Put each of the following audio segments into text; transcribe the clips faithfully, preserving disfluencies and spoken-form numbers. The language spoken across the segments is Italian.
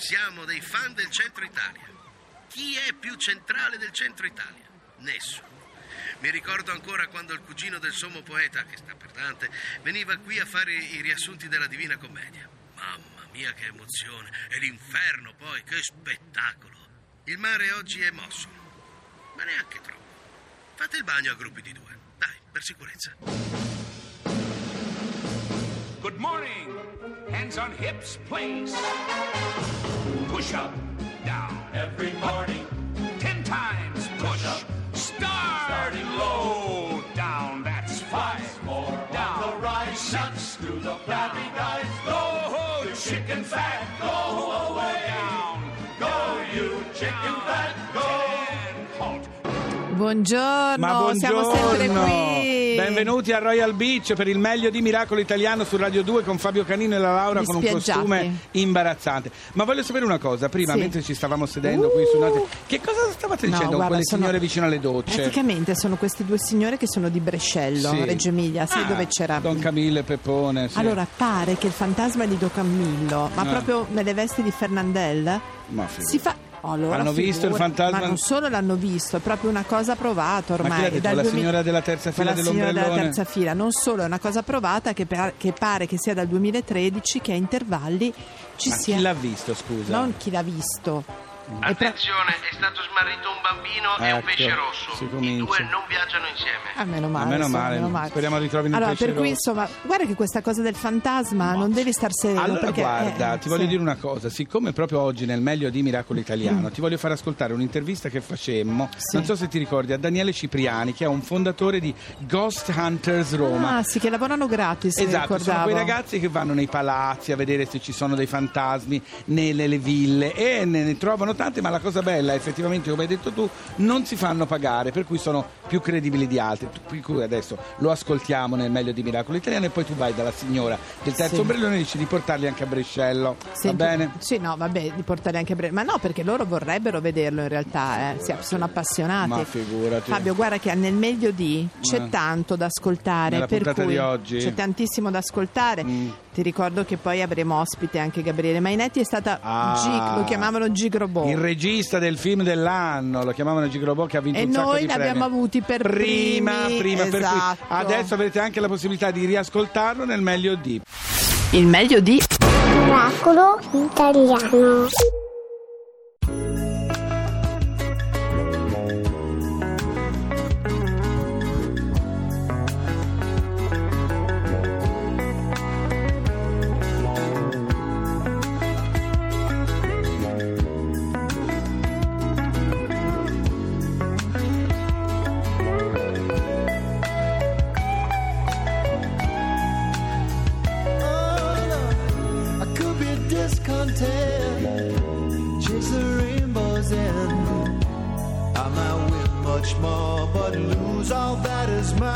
siamo dei fan del Centro Italia. Chi è più centrale del Centro Italia? Nessuno. Mi ricordo ancora quando il cugino del sommo poeta, che sta per Dante, veniva qui a fare i riassunti della Divina Commedia. Mamma mia, che emozione! E l'inferno poi, che spettacolo! Il mare oggi è mosso, ma neanche troppo. Fate il bagno a gruppi di due, dai, per sicurezza. Good morning. Hands on hips, please. Push up, down. Every morning. Ten times push up. Start. Starting low. Down, that's five. More down. On the rise. Six. Through the flabby guys. Go, the chicken fat. Go away. Down. Go, you chicken fat. Go. Ten. Halt. Buongiorno, Ma buongiorno, siamo sempre qui. Benvenuti a Royal Beach per il meglio di Miracolo Italiano su Radio due con Fabio Canino e la Laura, con un costume imbarazzante. Ma voglio sapere una cosa, prima sì. mentre ci stavamo sedendo uh. qui su una... Che cosa stavate dicendo no, con guarda, quelle sono... signore vicino alle docce? Praticamente sono queste due signore che sono di Brescello, sì. Reggio Emilia, sai ah, dove c'era Don Camillo e Peppone, sì. Allora pare che il fantasma di Don Camillo, ma ah. proprio nelle vesti di Fernandel, ma si fa... Allora, hanno figura, visto il fantasma? Ma non solo l'hanno visto, è proprio una cosa provata ormai. Ma chi l'ha detto? La duemila... signora della terza fila dell'ombrellone? La signora della terza fila, non solo, è una cosa provata che, per... che pare che sia dal duemilatredici che a intervalli ci ma sia... chi l'ha visto, scusa? Non chi l'ha visto. Attenzione, è stato smarrito un bambino ecco, e un pesce rosso. I due non viaggiano insieme. Ah, meno male, ah, meno, insomma, male. meno male. Speriamo ritrovino allora, il pesce per cui, rosso. insomma, guarda che questa cosa del fantasma no. non devi star sereno. Allora perché, guarda, eh, ti voglio sì. dire una cosa, siccome proprio oggi nel meglio di Miracolo Italiano mm. ti voglio fare ascoltare un'intervista che facemmo, sì. non so se ti ricordi, a Daniele Cipriani, che è un fondatore di Ghost Hunters Roma. Ah sì, che lavorano gratis. Esatto, sono quei ragazzi che vanno nei palazzi a vedere se ci sono dei fantasmi nelle le ville e ne, ne trovano tanti, ma la cosa bella è effettivamente, come hai detto tu, non si fanno pagare, per cui sono più credibili di altri. Per cui adesso lo ascoltiamo nel meglio di Miracolo Italiano e poi tu vai dalla signora del terzo sì. ombrellone e dici di portarli anche a Brescello. Senti, va bene? Sì, no, vabbè, di portarli anche a Brescello. Ma no, perché loro vorrebbero vederlo in realtà, eh. sì, sono appassionati. Ma figurati. Fabio, guarda che nel meglio di c'è eh. tanto da ascoltare. Nella per puntata cui di oggi c'è tantissimo da ascoltare. Mm. Ti ricordo che poi avremo ospite anche Gabriele Mainetti, è stata ah, G, lo chiamavano Gigrobot. Il regista del film dell'anno, lo chiamavano Gigrobot, che ha vinto e un sacco di premi. E noi l'abbiamo avuti per prima, primi. prima Esatto. per cui adesso avrete anche la possibilità di riascoltarlo nel meglio di Il meglio di Miracolo Italiano. Chase the rainbows in. I might win much more, but lose all that is mine.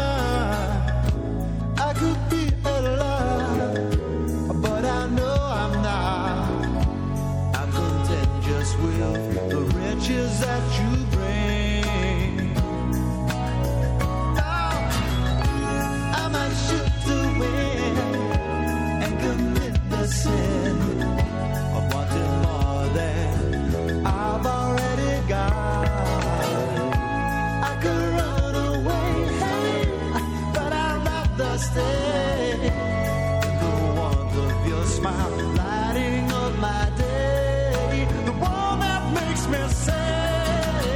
I could be alive, but I know I'm not. I'm content just with the riches that you bring. Oh, I might shoot to win and commit the sin. I've already got. I could run away, but I'd rather stay in the warmth of your smile, lighting up my day, the one that makes me say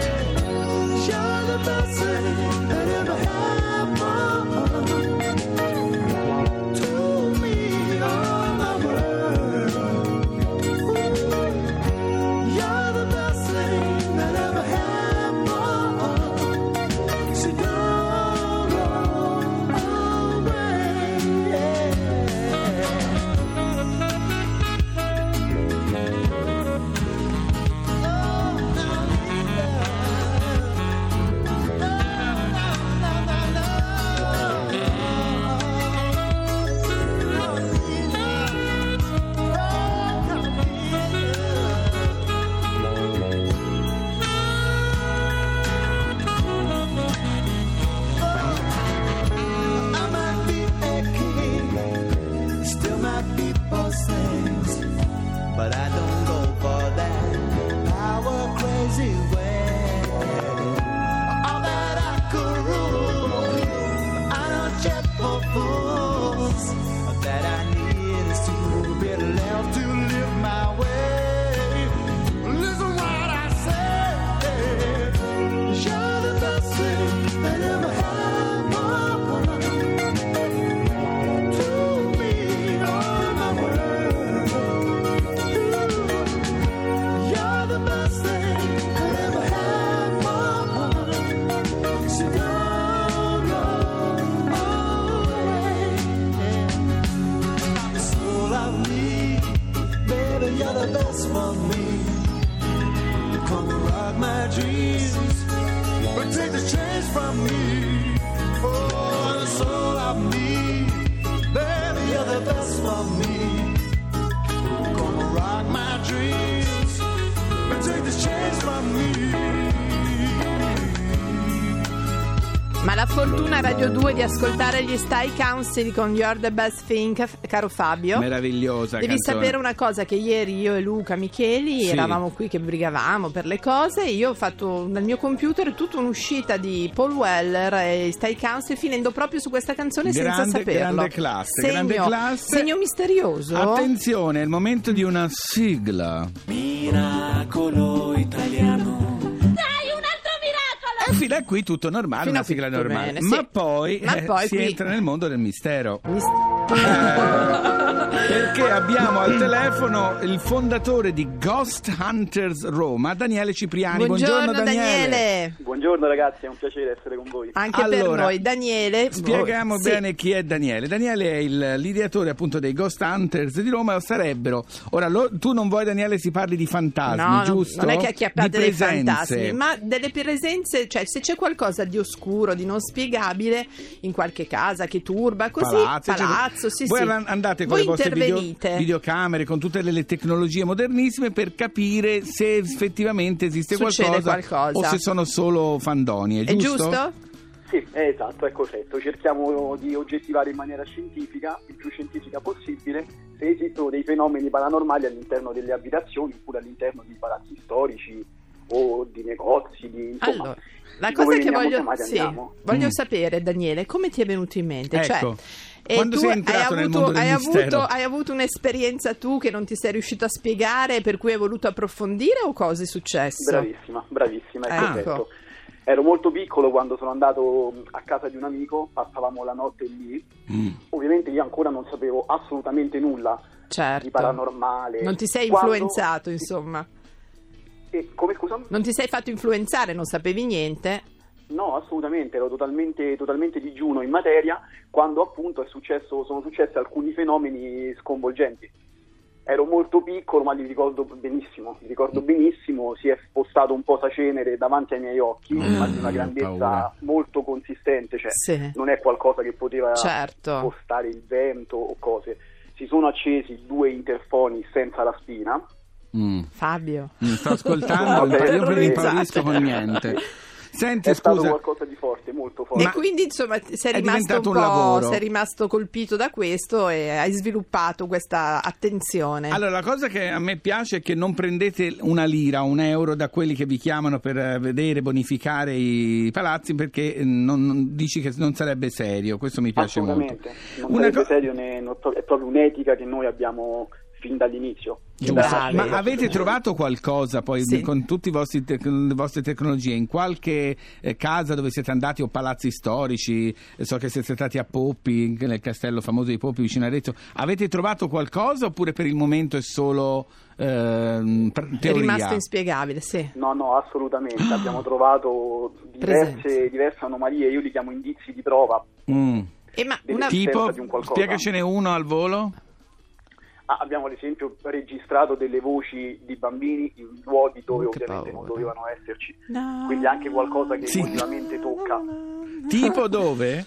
you're the best for me. Come and rock my dreams, but take the chance from me. Oh, that's all I need. Baby, you're the best for me. Come and rock my dreams, but take this chance from me. Ma la fortuna Radio due di ascoltare gli Style Council con You're the Best Thing, caro Fabio. Meravigliosa Devi canzone. sapere una cosa, che ieri io e Luca Micheli Sì. eravamo qui che brigavamo per le cose. Io ho fatto dal mio computer tutta un'uscita di Paul Weller e Style Council, finendo proprio su questa canzone Grande, senza saperlo. grande classe, segno, grande classe. segno misterioso. Attenzione, è il momento di una sigla. Miracolo italiano. E fino a qui tutto normale, Fino una a qui sigla tutto normale. bene, Ma sì. poi, Ma eh, poi si qui- entra nel mondo del mistero. Mi- Perché abbiamo al telefono il fondatore di Ghost Hunters Roma, Daniele Cipriani. Buongiorno, Buongiorno Daniele. Daniele. Buongiorno ragazzi, è un piacere essere con voi. Anche per Allora, noi, Daniele. Spieghiamo Sì. bene chi è Daniele. Daniele è il, l'ideatore appunto dei Ghost Hunters di Roma. Sarebbero, ora lo- tu non vuoi, Daniele, si parli di fantasmi, No, non- giusto? non è che acchiappate Di dei presenze. fantasmi, ma delle presenze, cioè se c'è qualcosa di oscuro, di non spiegabile in qualche casa che turba, così Palazzo, palazzo, eccetera. sì, Voi sì. andate con Voi le vostre video, intervenite. videocamere, con tutte le tecnologie modernissime per capire se effettivamente esiste Succede qualcosa, qualcosa. o se sono solo fandonie, È giusto? giusto? Sì, è esatto, è corretto. Cerchiamo di oggettivare in maniera scientifica, il più scientifica possibile, se esistono dei fenomeni paranormali all'interno delle abitazioni oppure all'interno di palazzi storici o di negozi, di insomma. Allora, la di cosa dove che veniamo voglio, chiamati sì, andiamo. voglio Mm. sapere, Daniele, come ti è venuto in mente? Ecco, Cioè, e quando tu sei hai entrato nel avuto, mondo del hai mistero? avuto, hai avuto un'esperienza tu che non ti sei riuscito a spiegare, per cui hai voluto approfondire, o cosa è successo? Bravissima, bravissima, è Ecco. corretto. Ero molto piccolo quando sono andato a casa di un amico, passavamo la notte lì. Mm. Ovviamente io ancora non sapevo assolutamente nulla Certo. di paranormale. Non ti sei Quando- influenzato, insomma. E come scusa? Non ti sei fatto influenzare, non sapevi niente. No, assolutamente, ero totalmente, totalmente digiuno in materia quando appunto è successo, sono successi alcuni fenomeni sconvolgenti. Ero molto piccolo, ma li ricordo benissimo, li ricordo benissimo, si è spostato un posacenere davanti ai miei occhi, ma di una grandezza paura. molto consistente, cioè Sì. non è qualcosa che poteva Certo. spostare il vento o cose. Si sono accesi due interfoni senza la spina. Mm. Fabio. Mi sto ascoltando, Vabbè, io non terrorizzate. impazzisco con niente. Senti, È stato scusa, qualcosa di forte, molto forte. E quindi insomma sei è rimasto un diventato po', un lavoro. sei rimasto colpito da questo e hai sviluppato questa attenzione. allora la cosa che a me piace è che non prendete una lira, un euro da quelli che vi chiamano per eh, vedere, bonificare i palazzi, perché eh, non, non- dici che non sarebbe serio. Questo mi piace molto. Assolutamente, non Una sarebbe co- serio, né- no- è proprio un'etica che noi abbiamo fin dall'inizio. Giusto. Dalla- Ma Bravi. avete trovato qualcosa poi Sì. con tutte le vostre tecnologie in qualche eh, casa dove siete andati, o palazzi storici? Eh, so che siete stati a Poppi, nel castello famoso di Poppi vicino a Arezzo. Avete trovato qualcosa, oppure per il momento è solo ehm, pr- È teoria? rimasto inspiegabile, sì. No, no, assolutamente. Abbiamo trovato diverse, Presenze. diverse anomalie, io li chiamo indizi di prova. Mm. E ma Delle una... tipo- Tipo, di un qualcosa. spiegacene uno al volo. Ah, abbiamo ad esempio registrato delle voci di bambini in luoghi dove Oh, che ovviamente paura. non dovevano esserci. No. Quindi anche qualcosa che Sì. emotivamente tocca. Tipo dove?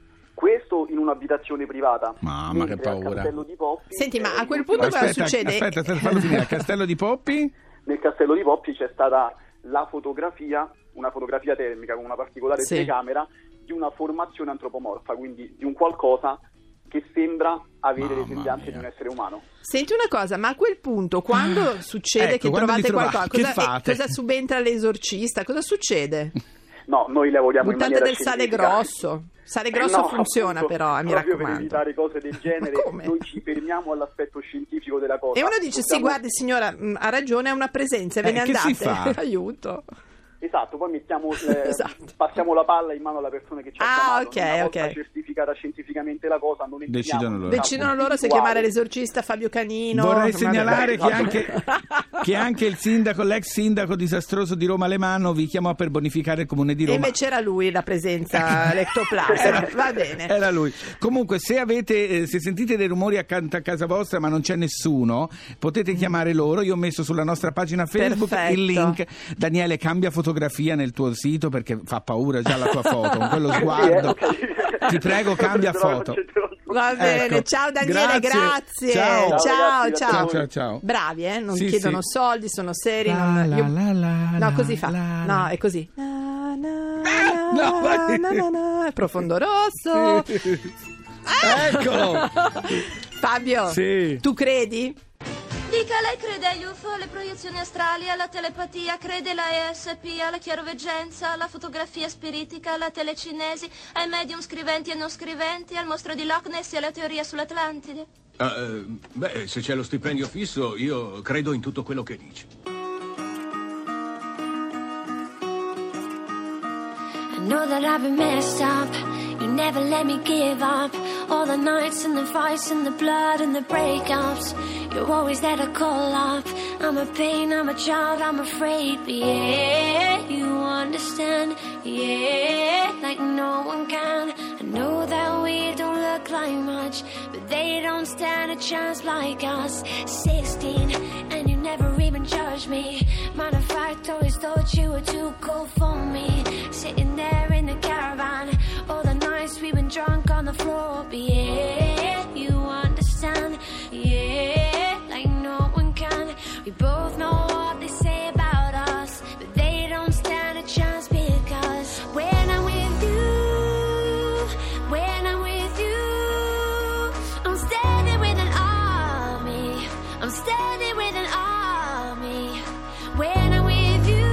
Questo in un'abitazione privata. Mamma, che Mentre al paura. Castello di Poppi, Senti, ma eh, a quel in punto ultima- cosa succede? Aspetta, aspetta, fallo finire. Al castello di Poppi? Nel Castello di Poppi c'è stata la fotografia, una fotografia termica con una particolare Sì. telecamera di una formazione antropomorfa, quindi di un qualcosa che sembra avere le Mamma sembianze mia. di un essere umano. Senti una cosa, ma a quel punto quando succede Ecco, che quando trovate li trovate, qualcosa, che cosa, fate? eh, cosa subentra l'esorcista? Cosa succede? No, noi lavoriamo in Buttate maniera del sale scientifica. grosso. Sale grosso No, funziona appunto, però, eh, mi proprio raccomando. per evitare cose del genere, Ma come? noi ci fermiamo all'aspetto scientifico della cosa. E uno dice, sì, Possiamo- guardi signora, mh, ha ragione, è una presenza, ve Eh, ne che si andate. fa? Aiuto. Esatto, poi mettiamo, eh, Esatto. passiamo la palla in mano alla persona che ci ha Ah, chiamato. ok, Una volta ok. certificata scientificamente la cosa, non entriamo Decidono in loro. campo Decidono loro se spirituale. chiamare l'esorcista Fabio Canino. Vorrei chiamare- segnalare che Vabbè. anche che anche il sindaco, l'ex sindaco disastroso di Roma Alemanno vi chiamò per bonificare il comune di E Roma. invece era lui la presenza l'ectoplasma, va bene. Era lui. Comunque, se avete, eh, se sentite dei rumori accanto a casa vostra ma non c'è nessuno, potete chiamare loro. Io ho messo sulla nostra pagina Facebook Perfetto. il link. Daniele, cambia fotografia nel tuo sito perché fa paura già la tua foto con quello sguardo. Ti prego, cambia foto. Va bene, Ecco. ciao Daniele, Grazie. grazie. Ciao. Ciao, Ciao, ragazzi, ciao. Ciao, ciao, ciao. Bravi, eh? Non Sì, chiedono sì. soldi, sono seri. La, non... la, io- la, la, No, la, così fa. la, No, la. è così. Na, na, no, na, vai. na, na, na, è profondo rosso. Eccolo. Fabio, Sì. tu credi? Dica, lei crede agli U F O, alle proiezioni astrali, alla telepatia, crede alla E S P, alla chiaroveggenza, alla fotografia spiritica, alla telecinesi, ai medium scriventi e non scriventi, al mostro di Loch Ness e alla teoria sull'Atlantide? Ah, eh, beh, se c'è lo stipendio fisso, io credo in tutto quello che dici. I know that I've been messed up. You never let me give up. All the nights and the fights and the blood and the breakups. You're always there to call up. I'm a pain, I'm a child, I'm afraid. But yeah, you understand. Yeah, like no one can. I know that we don't look like much, but they don't stand a chance like us. Sixteen, and you never even judged me. Matter of fact, always thought you were too cool for me. Sitting there in the caravan, all the nights we've been drunk on the floor. But yeah, you understand. Yeah, like no one can. We both know what they say about us, but they don't stand a chance because when I'm with you, when I'm with you, I'm standing with an army. I'm standing with an army. When I'm with you,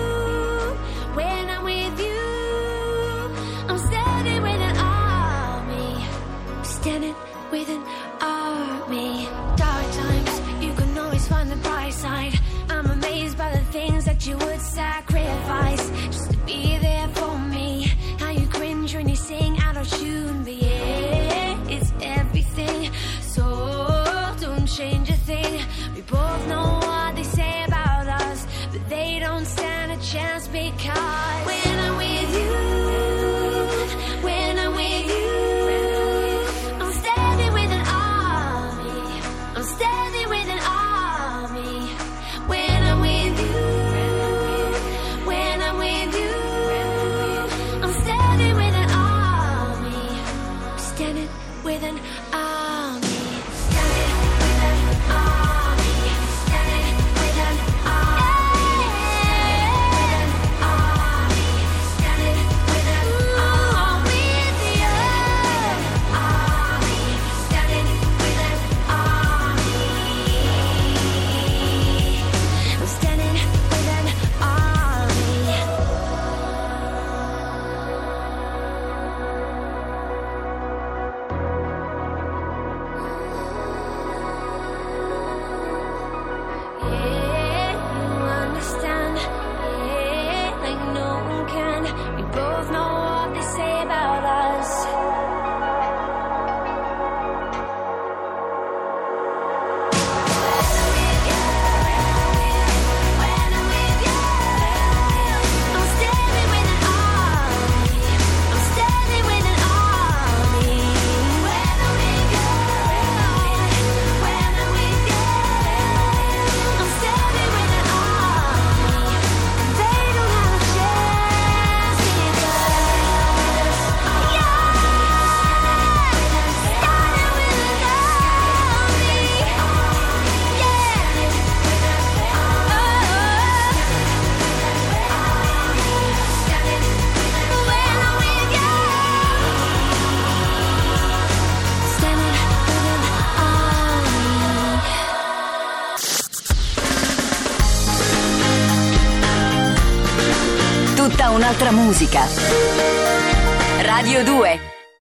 when I'm with you, I'm standing with an army. I'm standing with an army. Dark times, you can always find the bright side. I'm amazed by the things that you would sacrifice just to be there for me. How you cringe when you sing out of tune, but yeah, it's everything. So don't change a thing. We both know what they say about us, but they don't stand a chance because when I'm with you, when I'm with you, I'm standing with an army. I'm standing with an army. When I'm with you, when I'm with you, I'm standing with an army. I'm standing with an army. Standing with an army. Standing with an army. With an army. Standing with an army. With you. Army. Standing with an army. I'm standing with an army. Yeah, you understand. Yeah, like no one can. We both know what they say about us. When I'm with you, I'm standing with an army. I'm standing with an army. When I'm with you, when I'm with you, I'm standing with an army. And they don't have a chance because yeah, standing with an army. Tutta un'altra musica. Radio due.